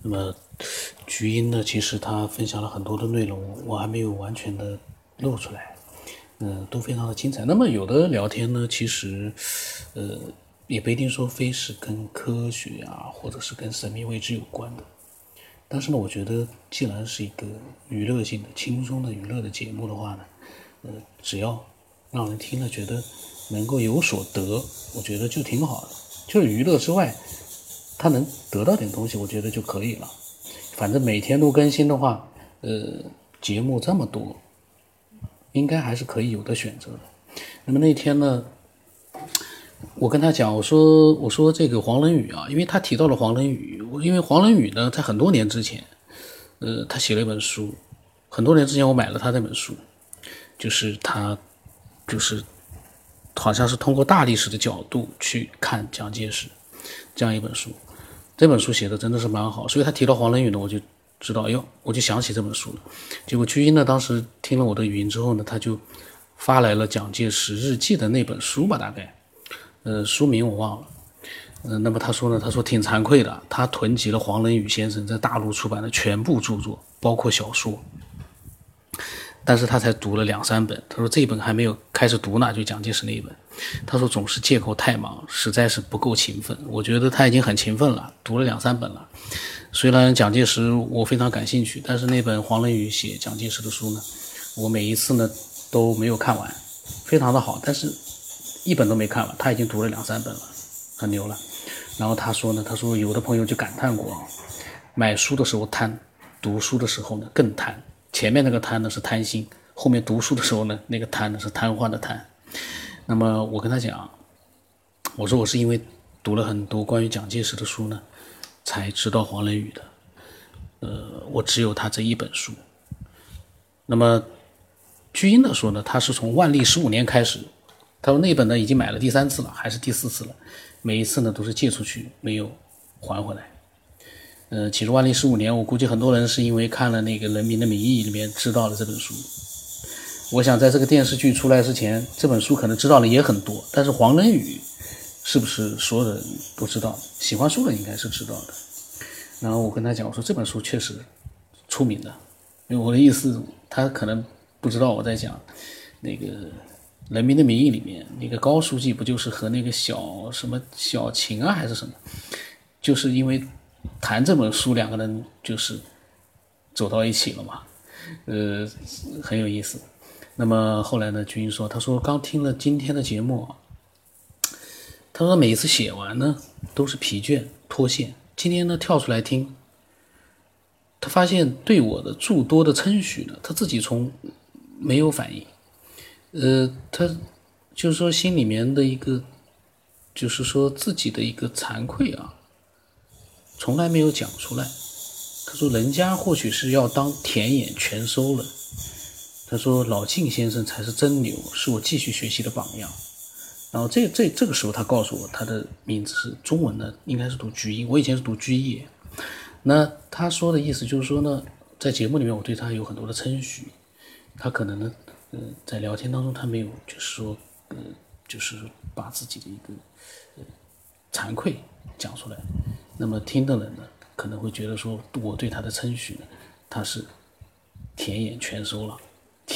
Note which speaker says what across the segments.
Speaker 1: 那么菊英呢，其实他分享了很多的内容，我还没有完全的露出来，都非常的精彩。那么有的聊天呢，其实也不一定说非是跟科学啊，或者是跟神秘未知有关的。但是呢，我觉得既然是一个娱乐性的、轻松的娱乐的节目的话呢，只要让人听了觉得能够有所得，我觉得就挺好的。就是娱乐之外，他能得到点东西，我觉得就可以了。反正每天都更新的话，节目这么多，应该还是可以有的选择的。那么那天呢，我跟他讲，我说这个黄仁宇啊，因为他提到了黄仁宇，因为黄仁宇呢，在很多年之前，他写了一本书，很多年之前我买了他那本书，就是他就是好像是通过大历史的角度去看蒋介石这样一本书，这本书写的真的是蛮好，所以他提到黄仁宇呢，我就知道，哟，我就想起这本书了。结果居英呢，当时听了我的语音之后呢，他就发来了蒋介石日记的那本书吧，大概。书名我忘了。那么他说呢，他说挺惭愧的，他囤积了黄仁宇先生在大陆出版的全部著作，包括小说，但是他才读了2-3本。他说这一本还没有开始读呢，就蒋介石那一本。他说总是借口太忙，实在是不够勤奋。我觉得他已经很勤奋了，读了2-3本了。虽然蒋介石我非常感兴趣，但是那本黄仁宇写蒋介石的书呢，我每一次呢都没有看完，非常的好，但是一本都没看完，他已经读了2-3本了，很牛了。然后他说呢，他说有的朋友就感叹过，买书的时候贪，读书的时候呢更贪。前面那个贪呢是贪心，后面读书的时候呢，那个贪呢是瘫痪的贪。那么我跟他讲，我说我是因为读了很多关于蒋介石的书呢，才知道黄仁宇的。我只有他这一本书。那么居英的说呢，他是从万历15年开始，他说那本呢已经买了第3次了，还是第4次了，每一次呢都是借出去，没有还回来。其实万历15年，我估计很多人是因为看了那个《人民的名义》里面知道了这本书。我想在这个电视剧出来之前，这本书可能知道的也很多，但是黄仁宇是不是所有人都知道？喜欢书的应该是知道的。然后我跟他讲，我说这本书确实出名的，因为我的意思，他可能不知道我在讲那个《人民的名义》里面那个高书记不就是和那个小秦啊还是什么，就是因为谈这本书2个人就是走到一起了嘛，很有意思。那么后来呢，君英说，他说刚听了今天的节目，他说每一次写完呢都是疲倦脱线，今天呢跳出来听，他发现对我的诸多的称许呢，他自己从没有反应，他就是说心里面的一个，就是说自己的一个惭愧啊，从来没有讲出来。他说人家或许是要当田野全收了，他说老晋先生才是真牛，是我继续学习的榜样。然后这个时候他告诉我他的名字是中文的，应该是读菊英，我以前是读居业。那他说的意思就是说呢，在节目里面我对他有很多的称许，他可能呢在聊天当中他没有就是说就是把自己的一个惭愧讲出来，那么听的人呢可能会觉得说我对他的称许呢，他是田野全收了。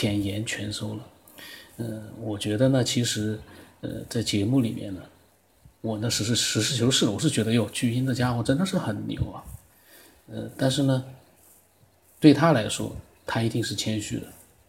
Speaker 1: 我觉得呢，其实在节目里面呢，我呢实事求是的，我是觉得哟，巨婴的家伙真的是很牛啊。但是呢，对他来说，他一定是谦虚的。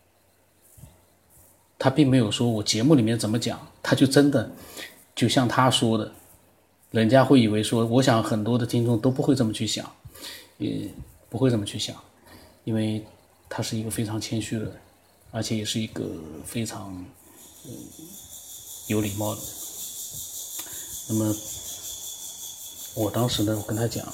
Speaker 1: 他并没有说我节目里面怎么讲，他就真的就像他说的，人家会以为说，我想很多的听众都不会这么去想，也不会这么去想，因为他是一个非常谦虚的人，而且也是一个非常有礼貌的人。那么我当时呢，我跟他讲，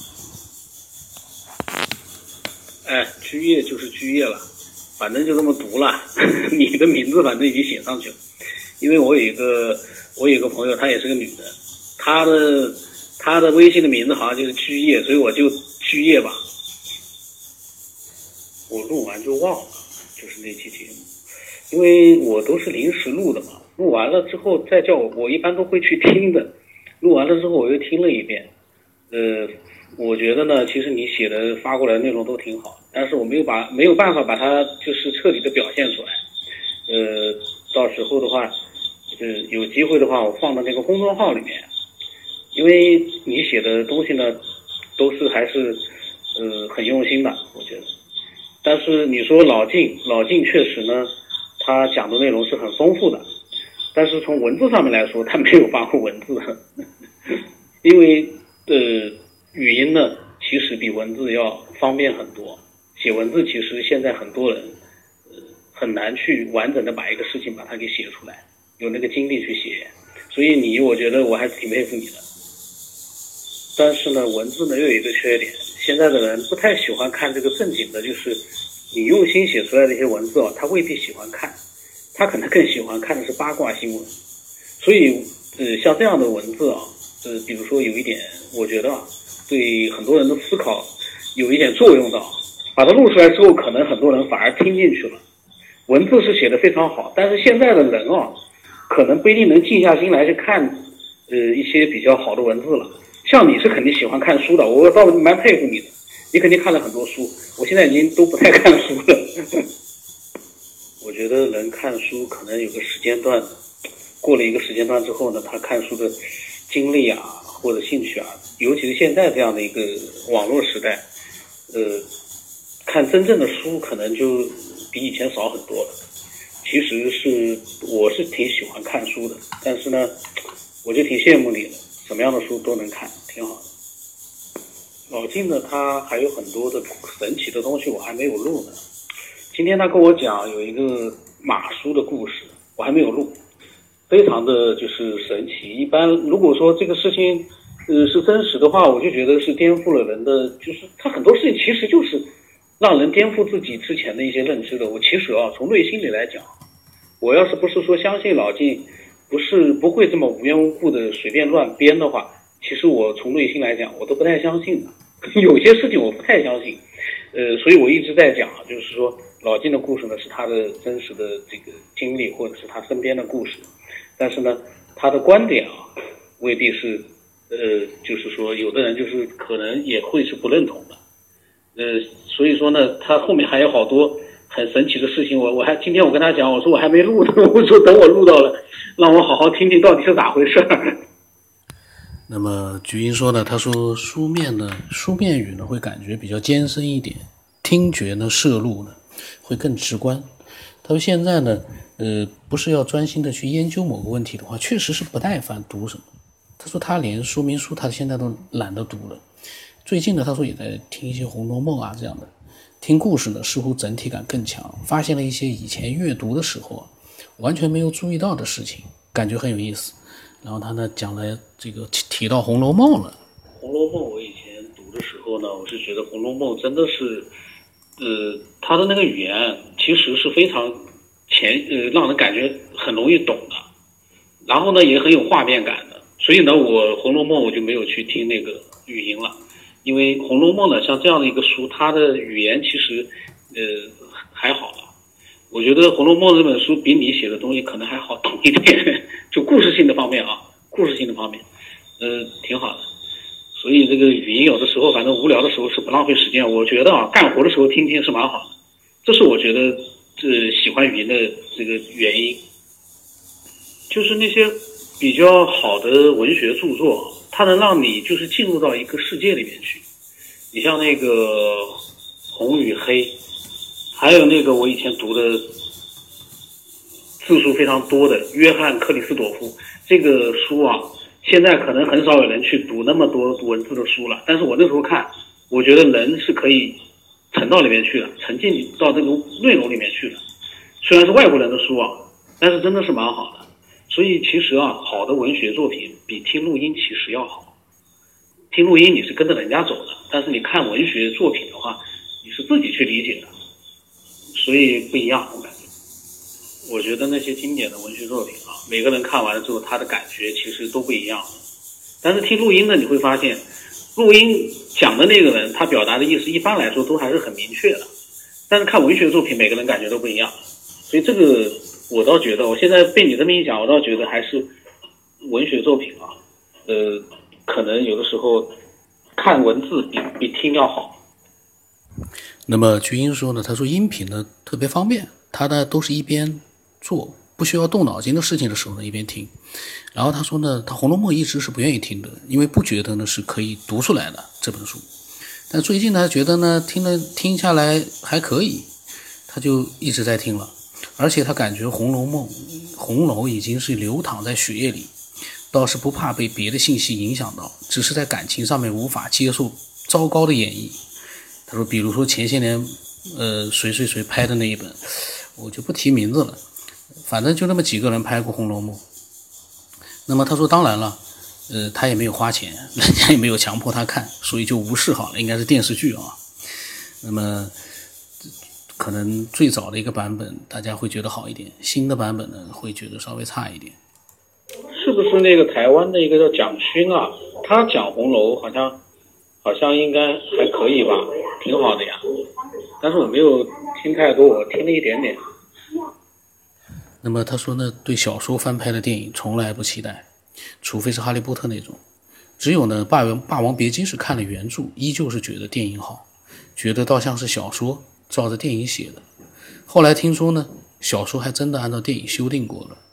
Speaker 2: 居业就是居业了，反正就这么读了，你的名字反正已经写上去了。因为我有一个朋友，她也是个女的，她的微信的名字好像就是居业，所以我就居业吧。我录完就忘了，就是那期节目，因为我都是临时录的嘛，录完了之后再叫我一般都会去听的，录完了之后我又听了一遍， 我觉得呢，其实你写的发过来的内容都挺好，但是我没有办法把它就是彻底的表现出来。到时候的话，有机会的话，我放到那个公众号里面，因为你写的东西呢，都是还是很用心的，我觉得。但是你说老晋确实呢，他讲的内容是很丰富的，但是从文字上面来说，他没有发过文字，因为语音呢，其实比文字要方便很多。写文字其实现在很多人很难去完整的把一个事情把它给写出来，有那个精力去写。所以我觉得我还是挺佩服你的。但是呢，文字呢又有一个缺点，现在的人不太喜欢看这个正经的，就是你用心写出来的一些文字他未必喜欢看，他可能更喜欢看的是八卦新闻。所以像这样的文字比如说有一点，我觉得对很多人的思考有一点作用的，把它录出来之后，可能很多人反而听进去了。文字是写得非常好，但是现在的人可能不一定能静下心来去看一些比较好的文字了。像你是肯定喜欢看书的，我倒蛮佩服你的，你肯定看了很多书，我现在已经都不太看书了。我觉得人看书可能有个时间段，过了一个时间段之后呢，他看书的精力或者兴趣尤其是现在这样的一个网络时代，看真正的书可能就比以前少很多了。其实我是挺喜欢看书的，但是呢，我就挺羡慕你的，什么样的书都能看，挺好的。老晋呢，他还有很多的神奇的东西我还没有录呢。今天他跟我讲有一个马书的故事，我还没有录，非常的就是神奇。一般如果说这个事情是真实的话，我就觉得是颠覆了人的，就是他很多事情其实就是让人颠覆自己之前的一些认知的。我其实从内心里来讲，我要是不是说相信老晋不会这么无缘无故的随便乱编的话，其实我从内心来讲我都不太相信的。有些事情我不太相信，所以我一直在讲，就是说老晋的故事呢是他的真实的这个经历，或者是他身边的故事，但是呢他的观点未必是就是说有的人就是可能也会是不认同的。所以说呢，他后面还有好多很神奇的事情。今天我跟他讲，我说我还没录呢，我说等我录到了，让我好好听听到底是咋回事。
Speaker 1: 那么菊英说呢，他说书面语呢会感觉比较艰深一点，听觉呢摄入呢会更直观。他说现在呢不是要专心的去研究某个问题的话，确实是不耐烦读什么。他说他连说明书他现在都懒得读了。最近呢，他说也在听一些《红楼梦》这样的，听故事呢似乎整体感更强，发现了一些以前阅读的时候完全没有注意到的事情，感觉很有意思。然后他呢讲了这个提到《红楼梦》了。
Speaker 2: 《红楼梦》我以前读的时候呢，我是觉得《红楼梦》真的是，他的那个语言其实是非常让人感觉很容易懂的，然后呢也很有画面感的。所以呢，我《红楼梦》我就没有去听那个语音了。因为《红楼梦》呢，像这样的一个书，它的语言其实还好了。我觉得《红楼梦》这本书比你写的东西可能还好懂一点，就故事性的方面挺好的。所以这个语音有的时候反正无聊的时候是不浪费时间，我觉得干活的时候听听是蛮好的。这是我觉得喜欢语音的这个原因。就是那些比较好的文学著作，它能让你就是进入到一个世界里面去。你像那个《红与黑》，还有那个我以前读的字数非常多的约翰克里斯朵夫，这个书现在可能很少有人去读那么多文字的书了。但是我那时候看，我觉得人是可以沉到里面去的，沉浸到这个内容里面去的。虽然是外国人的书但是真的是蛮好的。所以其实好的文学作品比听录音其实要好。听录音你是跟着人家走的，但是你看文学作品的话，你是自己去理解的，所以不一样。我感觉，我觉得那些经典的文学作品每个人看完了之后，他的感觉其实都不一样。但是听录音呢，你会发现，录音讲的那个人他表达的意思一般来说都还是很明确的，但是看文学作品，每个人感觉都不一样。所以这个我倒觉得，我现在被你这么一讲，我倒觉得还是文学作品可能有的时候看文字比听要好。
Speaker 1: 那么菊英说呢，他说音频呢特别方便，他呢都是一边做不需要动脑筋的事情的时候呢一边听。然后他说呢，他《红楼梦》一直是不愿意听的，因为不觉得呢是可以读出来的这本书。但最近呢觉得呢听下来还可以，他就一直在听了。而且他感觉《红楼梦》红楼已经是流淌在血液里，倒是不怕被别的信息影响到，只是在感情上面无法接受糟糕的演绎。他说比如说前些年谁拍的那一本，我就不提名字了，反正就那么几个人拍过《红楼梦》。那么他说当然了他也没有花钱，人家也没有强迫他看，所以就无视好了，应该是电视剧啊。那么可能最早的一个版本大家会觉得好一点，新的版本呢会觉得稍微差一点。
Speaker 2: 是不是那个台湾的一个叫蒋勋啊？他讲红楼好像应该还可以吧，挺好的呀。但是我没有听太多，我听了一点点。
Speaker 1: 那么他说呢，对小说翻拍的电影从来不期待，除非是哈利波特那种。只有呢霸王别姬是看了原著，依旧是觉得电影好，觉得倒像是小说照着电影写的。后来听说呢，小说还真的按照电影修订过了。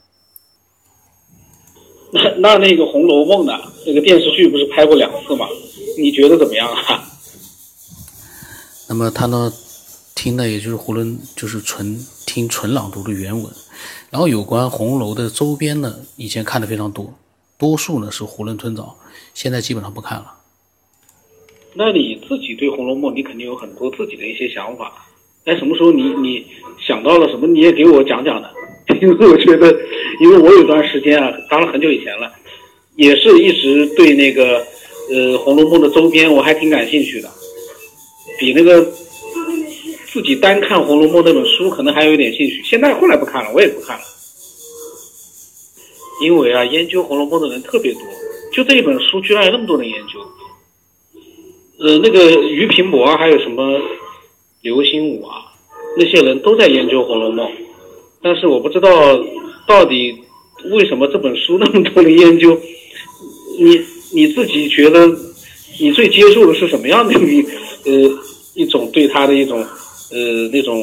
Speaker 2: 那个《红楼梦》的那个电视剧不是拍过2次吗？你觉得怎么样啊？
Speaker 1: 那么他呢听的也就是就是纯朗读的原文，然后有关红楼的周边呢，以前看的非常多，多数呢是囫囵吞枣，现在基本上不看了。
Speaker 2: 那你自己对《红楼梦》你肯定有很多自己的一些想法，什么时候你想到了什么，你也给我讲讲的。因为我觉得，因为我有段时间啊，当然很久以前了，也是一直对那个《红楼梦》的周边我还挺感兴趣的，比那个自己单看《红楼梦》那本书可能还有一点兴趣。现在后来不看了，我也不看了，因为啊，研究《红楼梦》的人特别多，就这一本书居然有那么多人研究。那个俞平伯啊，还有什么刘心武啊，那些人都在研究《红楼梦》。但是我不知道到底为什么这本书那么多人研究，你自己觉得你最接受的是什么样的一种对它的一种那种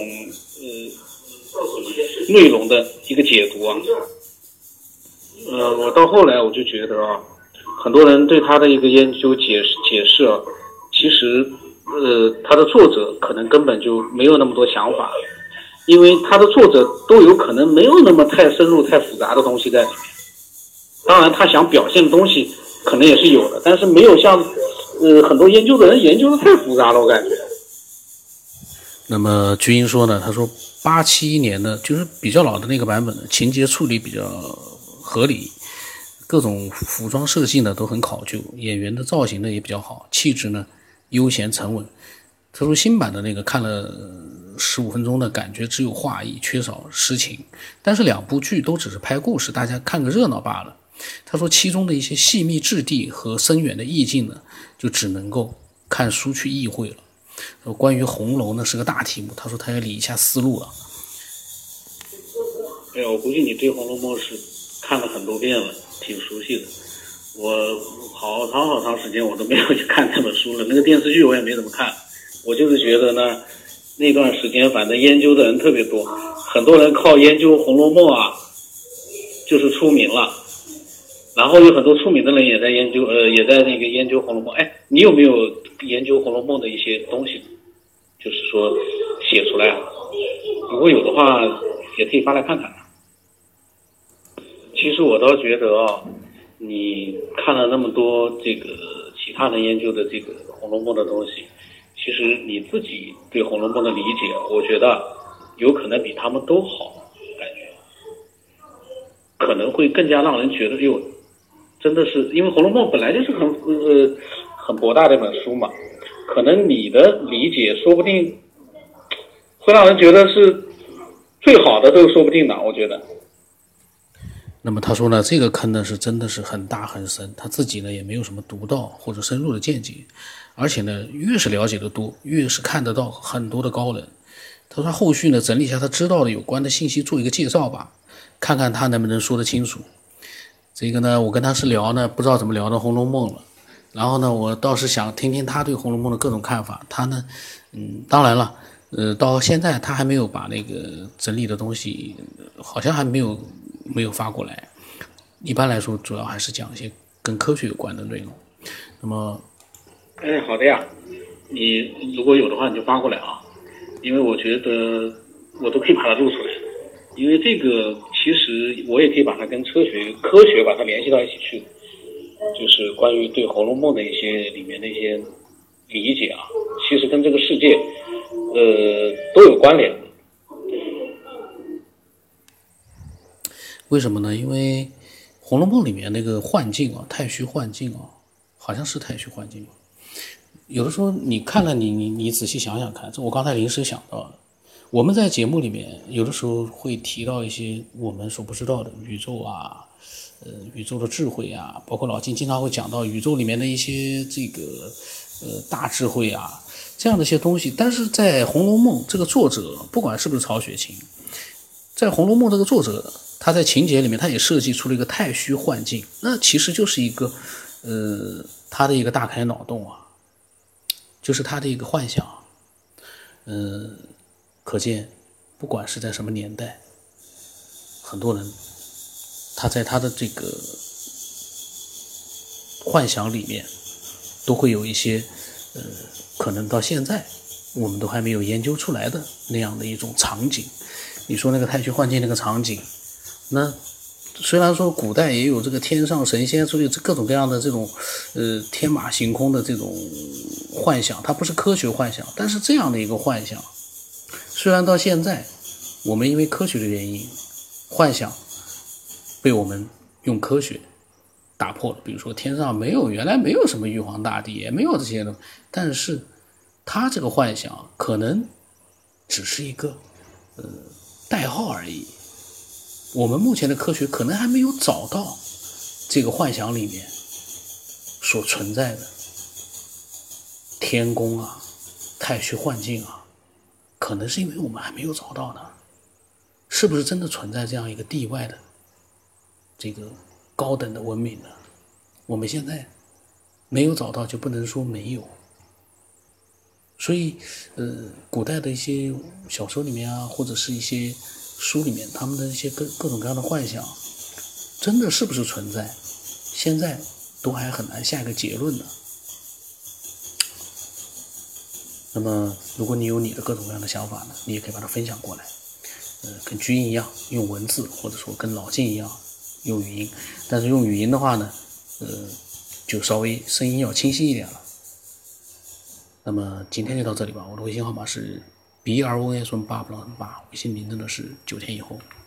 Speaker 2: 内容的一个解读啊？我到后来我就觉得啊，很多人对它的一个研究解释啊，其实它的作者可能根本就没有那么多想法。因为他的作者都有可能没有那么太深入太复杂的东西在里面，当然他想表现的东西可能也是有的，但是没有像很多研究的人研究的太复杂了，我感觉。
Speaker 1: 那么菊英说呢，他说87年的就是比较老的那个版本的情节处理比较合理，各种服装设计呢都很考究，演员的造型呢也比较好，气质呢悠闲沉稳。他说新版的那个看了15分钟的感觉只有画意，缺少诗情，但是2部剧都只是拍故事，大家看个热闹罢了。他说其中的一些细密质地和深远的意境呢，就只能够看书去意会了。说关于红楼呢是个大题目，他说他要理一下思路了。
Speaker 2: 我估计你对《红楼梦》是看了很多遍了，挺熟悉的。我好长时间我都没有去看这本书了，那个电视剧我也没怎么看。我就是觉得呢，那段时间反正研究的人特别多，很多人靠研究《红楼梦》啊，就是出名了。然后有很多出名的人也在研究，也在那个研究《红楼梦》。你有没有研究《红楼梦》的一些东西？就是说写出来，如果有的话，也可以发来看看。其实我倒觉得啊，你看了那么多这个其他人研究的这个《红楼梦》的东西。其实你自己对《红楼梦》的理解，我觉得有可能比他们都好，感觉可能会更加让人觉得，真的是因为《红楼梦》本来就是很博大的一本书嘛，可能你的理解说不定会让人觉得是最好的，都说不定的，我觉得。
Speaker 1: 那么他说呢，这个坑呢是真的是很大很深，他自己呢也没有什么独到或者深入的见解，而且呢越是了解的多，越是看得到很多的高人。他说后续呢整理一下他知道的有关的信息，做一个介绍吧，看看他能不能说得清楚。这个呢我跟他是聊呢，不知道怎么聊到《红楼梦》了。 然后呢，我倒是想听听他对《红楼梦》的各种看法。他呢，当然了，到现在他还没有把那个整理的东西，好像还没有发过来。一般来说，主要还是讲一些跟科学有关的内容。那么，
Speaker 2: 好的呀，你如果有的话，你就发过来啊，因为我觉得我都可以把它录出来，因为这个其实我也可以把它跟科学把它联系到一起去。就是关于对《红楼梦》的一些里面的一些理解啊，其实跟这个世界，都有关联的。
Speaker 1: 为什么呢？因为《红楼梦》里面那个幻境啊，太虚幻境啊，好像是太虚幻境。有的时候你看了你仔细想想看，这我刚才临时想到的。我们在节目里面有的时候会提到一些我们所不知道的宇宙啊。宇宙的智慧啊，包括老金经常会讲到宇宙里面的一些这个大智慧啊，这样的一些东西。但是在《红楼梦》这个作者，不管是不是曹雪芹，在《红楼梦》这个作者，他在情节里面他也设计出了一个太虚幻境，那其实就是一个他的一个大开脑洞啊，就是他的一个幻想。可见不管是在什么年代，很多人他在他的这个幻想里面都会有一些可能到现在我们都还没有研究出来的那样的一种场景。你说那个太虚幻境那个场景，那虽然说古代也有这个天上神仙，所以各种各样的这种天马行空的这种幻想，它不是科学幻想，但是这样的一个幻想，虽然到现在我们因为科学的原因，幻想被我们用科学打破了。比如说天上原来没有什么玉皇大帝，也没有这些东西，但是他这个幻想可能只是一个代号而已。我们目前的科学可能还没有找到这个幻想里面所存在的天宫啊、太虚幻境啊，可能是因为我们还没有找到呢。是不是真的存在这样一个地外的这个高等的文明呢？我们现在没有找到，就不能说没有。所以古代的一些小说里面啊，或者是一些书里面，他们的一些各种各样的幻想，真的是不是存在，现在都还很难下一个结论呢。那么如果你有你的各种各样的想法呢，你也可以把它分享过来，跟居英一样用文字，或者说跟老金一样用语音。但是用语音的话呢，就稍微声音要清晰一点了。那么今天就到这里吧。我的微信号码是 BRON888，微信名字呢是9天以后。